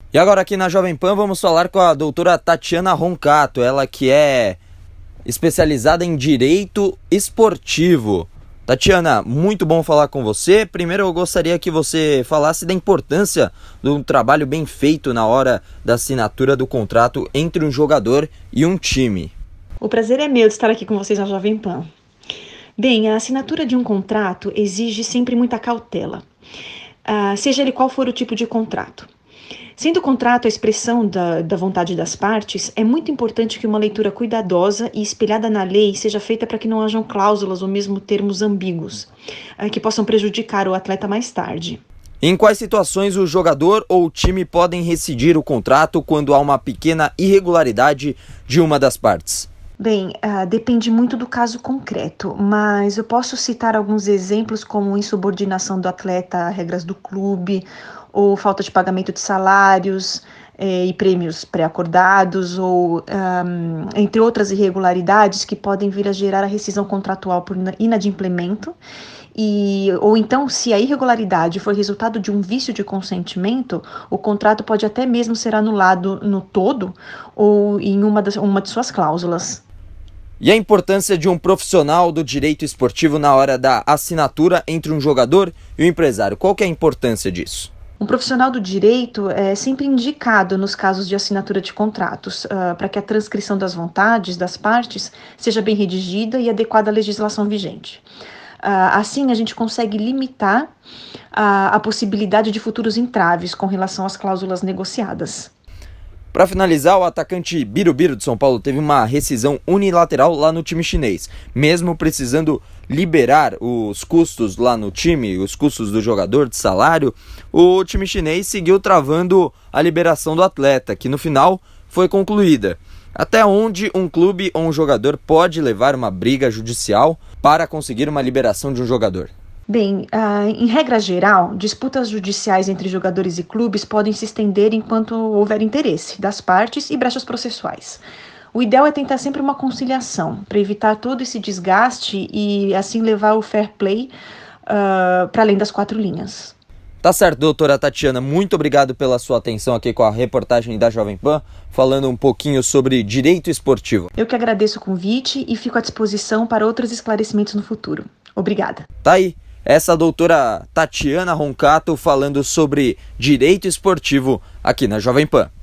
E agora aqui na Jovem Pan vamos falar com a doutora Tatiana Roncato, ela que é especializada em Direito Esportivo. Tatiana, muito bom falar com você. Primeiro eu gostaria que você falasse da importância de um trabalho bem feito na hora da assinatura do contrato entre um jogador e um time. O prazer é meu de estar aqui com vocês na Jovem Pan. Bem, a assinatura de um contrato exige sempre muita cautela, seja ele qual for o tipo de contrato. Sendo o contrato a expressão da vontade das partes, é muito importante que uma leitura cuidadosa e espelhada na lei seja feita para que não hajam cláusulas ou mesmo termos ambíguos, que possam prejudicar o atleta mais tarde. Em quais situações o jogador ou o time podem rescindir o contrato quando há uma pequena irregularidade de uma das partes? Bem, depende muito do caso concreto, mas eu posso citar alguns exemplos como insubordinação do atleta a regras do clube, ou falta de pagamento de salários e prêmios pré-acordados, ou entre outras irregularidades que podem vir a gerar a rescisão contratual por inadimplemento. Ou então, se a irregularidade for resultado de um vício de consentimento, o contrato pode até mesmo ser anulado no todo ou em uma de suas cláusulas. E a importância de um profissional do direito esportivo na hora da assinatura entre um jogador e um empresário. Qual que é a importância disso? Um profissional do direito é sempre indicado nos casos de assinatura de contratos, para que a transcrição das vontades das partes seja bem redigida e adequada à legislação vigente. Assim, a gente consegue limitar a possibilidade de futuros entraves com relação às cláusulas negociadas. Para finalizar, o atacante Birubiru de São Paulo teve uma rescisão unilateral lá no time chinês. Mesmo precisando liberar os custos lá no time, os custos do jogador de salário, o time chinês seguiu travando a liberação do atleta, que no final foi concluída. Até onde um clube ou um jogador pode levar uma briga judicial para conseguir uma liberação de um jogador? Bem, em regra geral, disputas judiciais entre jogadores e clubes podem se estender enquanto houver interesse das partes e brechas processuais. O ideal é tentar sempre uma conciliação, para evitar todo esse desgaste e assim levar o fair play para além das quatro linhas. Tá certo, doutora Tatiana, muito obrigado pela sua atenção aqui com a reportagem da Jovem Pan, falando um pouquinho sobre direito esportivo. Eu que agradeço o convite e fico à disposição para outros esclarecimentos no futuro. Obrigada. Tá aí, essa doutora Tatiana Roncato falando sobre direito esportivo aqui na Jovem Pan.